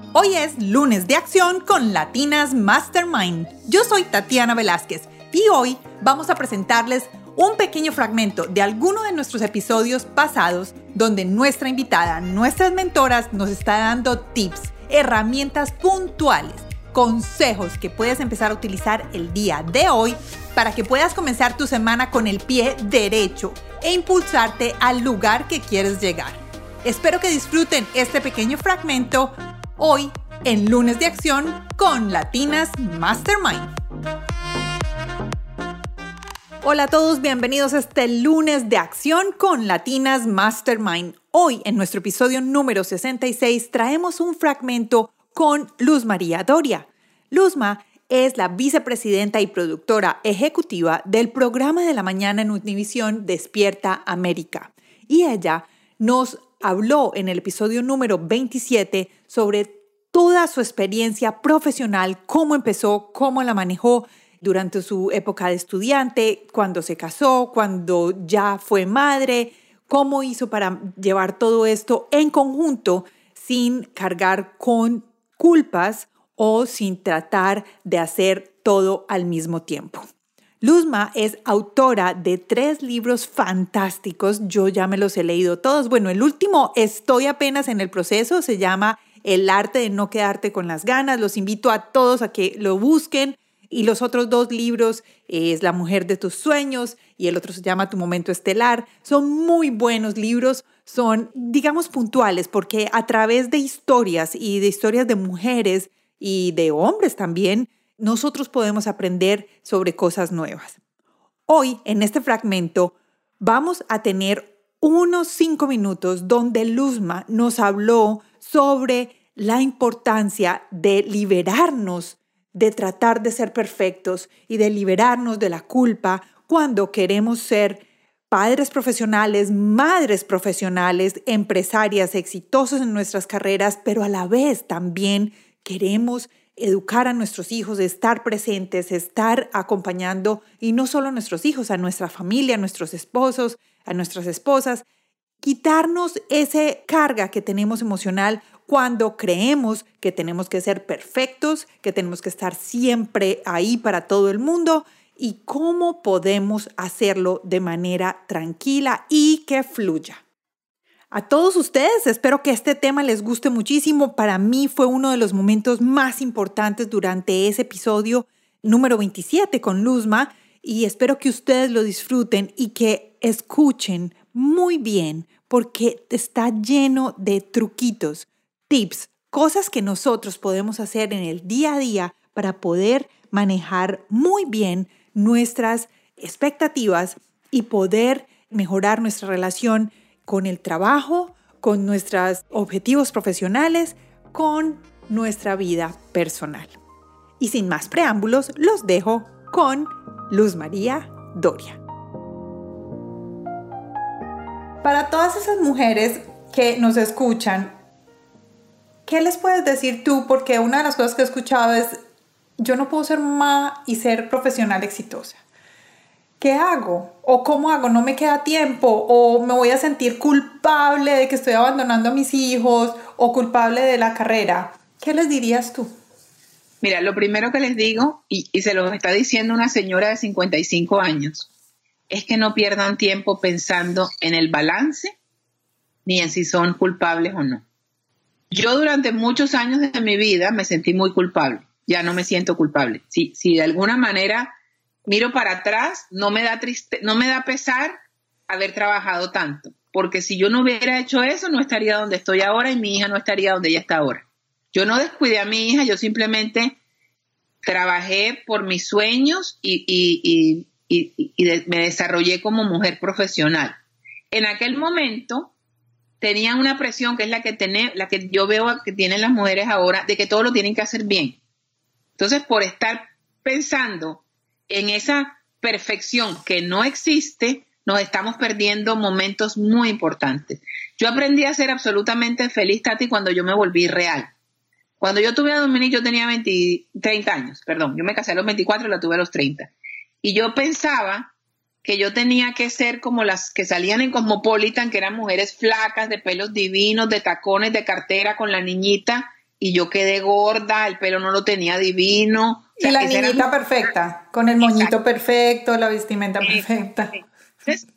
Hoy es lunes de acción con Latinas Mastermind. Yo soy Tatiana Velázquez y hoy vamos a presentarles un pequeño fragmento de alguno de nuestros episodios pasados donde nuestra invitada, nuestras mentoras, nos está dando tips, herramientas puntuales, consejos que puedes empezar a utilizar el día de hoy para que puedas comenzar tu semana con el pie derecho e impulsarte al lugar que quieres llegar. Espero que disfruten este pequeño fragmento hoy en Lunes de Acción con Latinas Mastermind. Hola a todos, bienvenidos a este Lunes de Acción con Latinas Mastermind. Hoy en nuestro episodio número 66 traemos un fragmento con Luz María Doria. Luzma es la vicepresidenta y productora ejecutiva del programa de la mañana en Univisión Despierta América. Y ella nos habló en el episodio número 27 sobre toda su experiencia profesional, cómo empezó, cómo la manejó durante su época de estudiante, cuando se casó, cuando ya fue madre, cómo hizo para llevar todo esto en conjunto sin cargar con culpas o sin tratar de hacer todo al mismo tiempo. Luzma es autora de 3 libros fantásticos, yo ya me los he leído todos. Bueno, el último estoy apenas en el proceso, se llama El arte de no quedarte con las ganas. Los invito a todos a que lo busquen. Y los otros 2 libros es La mujer de tus sueños y el otro se llama Tu momento estelar. Son muy buenos libros, son, digamos, puntuales porque a través de historias y de historias de mujeres y de hombres también, nosotros podemos aprender sobre cosas nuevas. Hoy, en este fragmento, vamos a tener unos 5 minutos donde Luzma nos habló sobre la importancia de liberarnos de tratar de ser perfectos y de liberarnos de la culpa cuando queremos ser padres profesionales, madres profesionales, empresarias exitosas en nuestras carreras, pero a la vez también queremos educar a nuestros hijos, estar presentes, estar acompañando, y no solo a nuestros hijos, a nuestra familia, a nuestros esposos, a nuestras esposas, quitarnos esa carga que tenemos emocional cuando creemos que tenemos que ser perfectos, que tenemos que estar siempre ahí para todo el mundo, y cómo podemos hacerlo de manera tranquila y que fluya. A todos ustedes, espero que este tema les guste muchísimo. Para mí fue uno de los momentos más importantes durante ese episodio número 27 con Luzma, y espero que ustedes lo disfruten y que escuchen muy bien porque está lleno de truquitos, tips, cosas que nosotros podemos hacer en el día a día para poder manejar muy bien nuestras expectativas y poder mejorar nuestra relación con el trabajo, con nuestros objetivos profesionales, con nuestra vida personal. Y sin más preámbulos, los dejo con Luz María Doria. Para todas esas mujeres que nos escuchan, ¿qué les puedes decir tú? Porque una de las cosas que he escuchado es, yo no puedo ser mamá y ser profesional exitosa. ¿Qué hago? ¿O cómo hago? ¿No me queda tiempo? ¿O me voy a sentir culpable de que estoy abandonando a mis hijos? ¿O culpable de la carrera? ¿Qué les dirías tú? Mira, lo primero que les digo, y se lo está diciendo una señora de 55 años, es que no pierdan tiempo pensando en el balance ni en si son culpables o no. Yo durante muchos años de mi vida me sentí muy culpable. Ya no me siento culpable. Si de alguna manera miro para atrás, no me da pesar haber trabajado tanto. Porque si yo no hubiera hecho eso, no estaría donde estoy ahora y mi hija no estaría donde ella está ahora. Yo no descuidé a mi hija, yo simplemente trabajé por mis sueños y me desarrollé como mujer profesional. En aquel momento tenía una presión que es la que yo veo que tienen las mujeres ahora, de que todo lo tienen que hacer bien. Entonces, por estar pensando en esa perfección que no existe, nos estamos perdiendo momentos muy importantes. Yo aprendí a ser absolutamente feliz, Tati, cuando yo me volví real. Cuando yo tuve a Dominique, yo tenía 30 años, perdón. Yo me casé a los 24 y la tuve a los 30. Y yo pensaba que yo tenía que ser como las que salían en Cosmopolitan, que eran mujeres flacas, de pelos divinos, de tacones, de cartera, con la niñita. y yo quedé gorda, el pelo no lo tenía divino. O sea, y la niñita perfecta, con el moñito perfecto, la vestimenta perfecta. Entonces,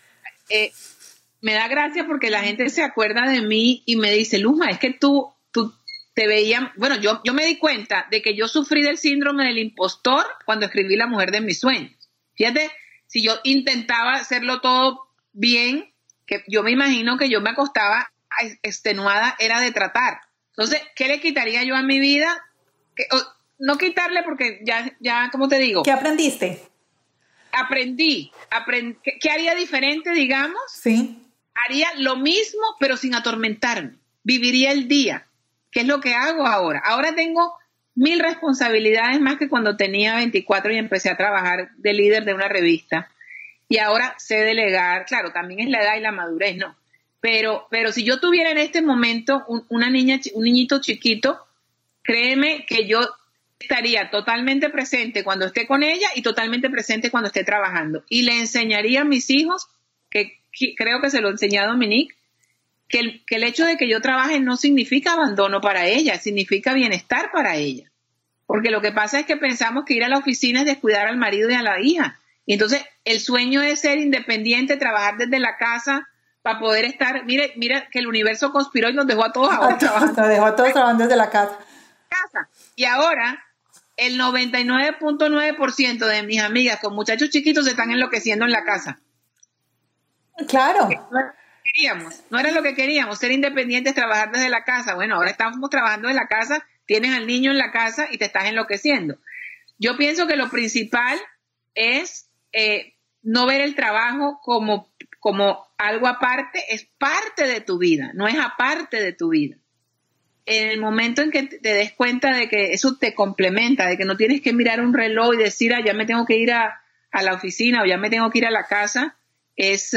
me da gracia porque la gente se acuerda de mí y me dice, Luzma, es que tú te veías... Bueno, yo me di cuenta de que yo sufrí del síndrome del impostor cuando escribí La mujer de mis sueños. Fíjate, si yo intentaba hacerlo todo bien, que yo me imagino que yo me acostaba extenuada, era de tratar. Entonces, ¿qué le quitaría yo a mi vida? No quitarle porque ya, ¿cómo te digo? ¿Qué aprendiste? Aprendí. ¿Qué haría diferente, digamos? Sí. Haría lo mismo, pero sin atormentarme. Viviría el día, que es lo que hago ahora. Ahora tengo 1000 responsabilidades más que cuando tenía 24 y empecé a trabajar de líder de una revista. Y ahora sé delegar. Claro, también es la edad y la madurez, ¿no? Pero si yo tuviera en este momento un niñito chiquito, créeme que yo estaría totalmente presente cuando esté con ella y totalmente presente cuando esté trabajando. Y le enseñaría a mis hijos, que creo que se lo enseñé a Dominique, que el hecho de que yo trabaje no significa abandono para ella, significa bienestar para ella. Porque lo que pasa es que pensamos que ir a la oficina es descuidar al marido y a la hija. Y entonces el sueño es ser independiente, trabajar desde la casa para poder estar... Mira que el universo conspiró y nos dejó a todos ahora trabajando. Nos dejó a todos trabajando desde la casa. Y ahora el 99.9% de mis amigas con muchachos chiquitos se están enloqueciendo en la casa. Claro. No era lo que queríamos, ser independientes, trabajar desde la casa. Bueno, ahora estamos trabajando desde la casa, tienes al niño en la casa y te estás enloqueciendo. Yo pienso que lo principal es no ver el trabajo como algo aparte, es parte de tu vida, no es aparte de tu vida. En el momento en que te des cuenta de que eso te complementa, de que no tienes que mirar un reloj y decir, ya me tengo que ir a la oficina o ya me tengo que ir a la casa, es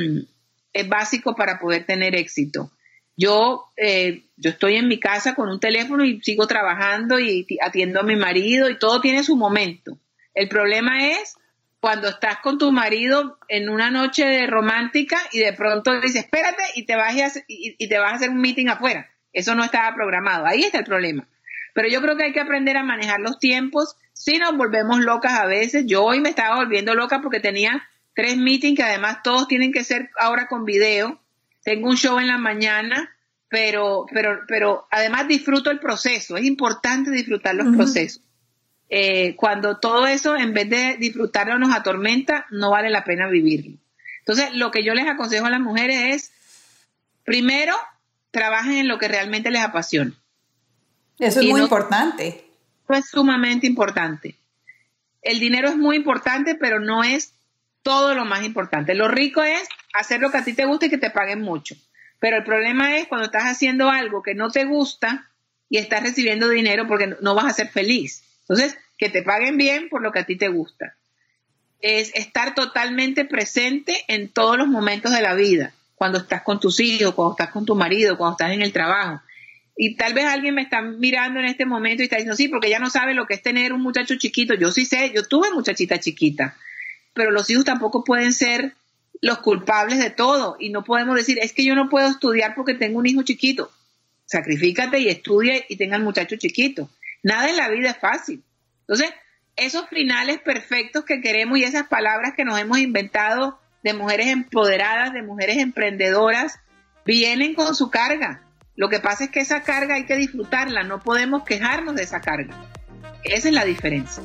básico para poder tener éxito. Yo estoy en mi casa con un teléfono y sigo trabajando y atiendo a mi marido y todo tiene su momento. El problema es cuando estás con tu marido en una noche romántica y de pronto dices, espérate, y te vas a hacer un meeting afuera. Eso no estaba programado. Ahí está el problema. Pero yo creo que hay que aprender a manejar los tiempos. Si nos volvemos locas a veces. Yo hoy me estaba volviendo loca porque tenía 3 meetings que además todos tienen que ser ahora con video. Tengo un show en la mañana, pero además disfruto el proceso. Es importante disfrutar los procesos. Cuando todo eso, en vez de disfrutarlo, nos atormenta, no vale la pena vivirlo. Entonces, lo que yo les aconsejo a las mujeres es, primero, trabajen en lo que realmente les apasiona. Eso es muy importante. Eso es sumamente importante. El dinero es muy importante, pero no es todo lo más importante. Lo rico es hacer lo que a ti te gusta y que te paguen mucho. Pero el problema es cuando estás haciendo algo que no te gusta y estás recibiendo dinero porque no vas a ser feliz. Entonces, que te paguen bien por lo que a ti te gusta. Es estar totalmente presente en todos los momentos de la vida. Cuando estás con tus hijos, cuando estás con tu marido, cuando estás en el trabajo. Y tal vez alguien me está mirando en este momento y está diciendo, sí, porque ella no sabe lo que es tener un muchacho chiquito. Yo sí sé, yo tuve muchachita chiquita. Pero los hijos tampoco pueden ser los culpables de todo. Y no podemos decir, es que yo no puedo estudiar porque tengo un hijo chiquito. Sacrifícate y estudia y tenga el muchacho chiquito. Nada en la vida es fácil. Entonces, esos finales perfectos que queremos y esas palabras que nos hemos inventado de mujeres empoderadas, de mujeres emprendedoras, vienen con su carga. Lo que pasa es que esa carga hay que disfrutarla, no podemos quejarnos de esa carga. Esa es la diferencia.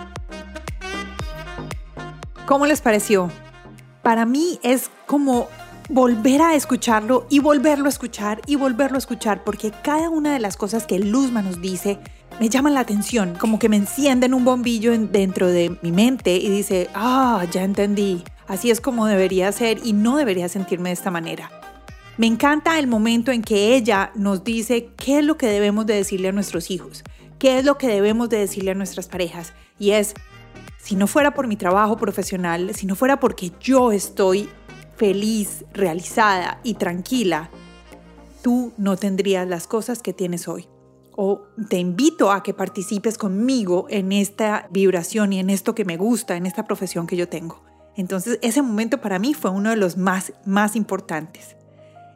¿Cómo les pareció? Para mí es como volver a escucharlo y volverlo a escuchar y volverlo a escuchar, porque cada una de las cosas que Luzma nos dice me llaman la atención, como que me encienden un bombillo dentro de mi mente y dice, ya entendí, así es como debería ser y no debería sentirme de esta manera. Me encanta el momento en que ella nos dice qué es lo que debemos de decirle a nuestros hijos, qué es lo que debemos de decirle a nuestras parejas, y es, si no fuera por mi trabajo profesional, si no fuera porque yo estoy feliz, realizada y tranquila, tú no tendrías las cosas que tienes hoy. O te invito a que participes conmigo en esta vibración y en esto que me gusta, en esta profesión que yo tengo. Entonces, ese momento para mí fue uno de los más importantes.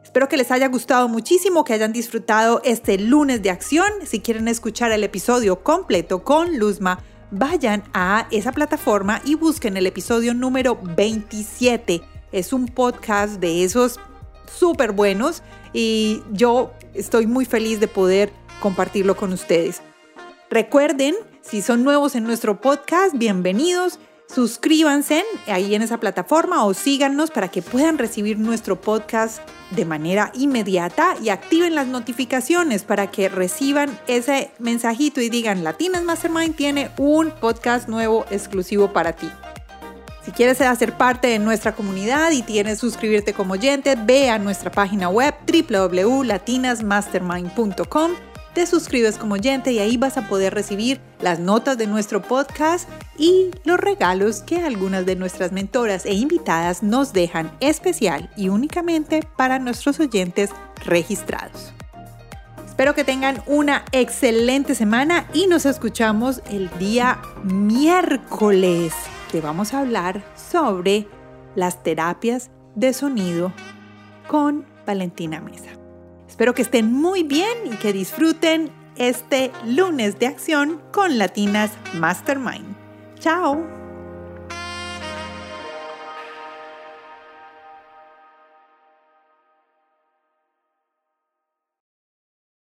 Espero que les haya gustado muchísimo, que hayan disfrutado este lunes de acción. Si quieren escuchar el episodio completo con Luzma, vayan a esa plataforma y busquen el episodio número 27. Es un podcast de esos súper buenos y yo estoy muy feliz de poder compartirlo con ustedes. Recuerden, si son nuevos en nuestro podcast, bienvenidos. Suscríbanse ahí en esa plataforma o síganos para que puedan recibir nuestro podcast de manera inmediata y activen las notificaciones para que reciban ese mensajito y digan: Latinas Mastermind tiene un podcast nuevo exclusivo para ti. Si quieres hacer parte de nuestra comunidad y tienes suscribirte como oyente, ve a nuestra página web www.latinasmastermind.com. Te suscribes como oyente y ahí vas a poder recibir las notas de nuestro podcast y los regalos que algunas de nuestras mentoras e invitadas nos dejan especial y únicamente para nuestros oyentes registrados. Espero que tengan una excelente semana y nos escuchamos el día miércoles. Te vamos a hablar sobre las terapias de sonido con Valentina Mesa. Espero que estén muy bien y que disfruten este lunes de acción con Latinas Mastermind. ¡Chao!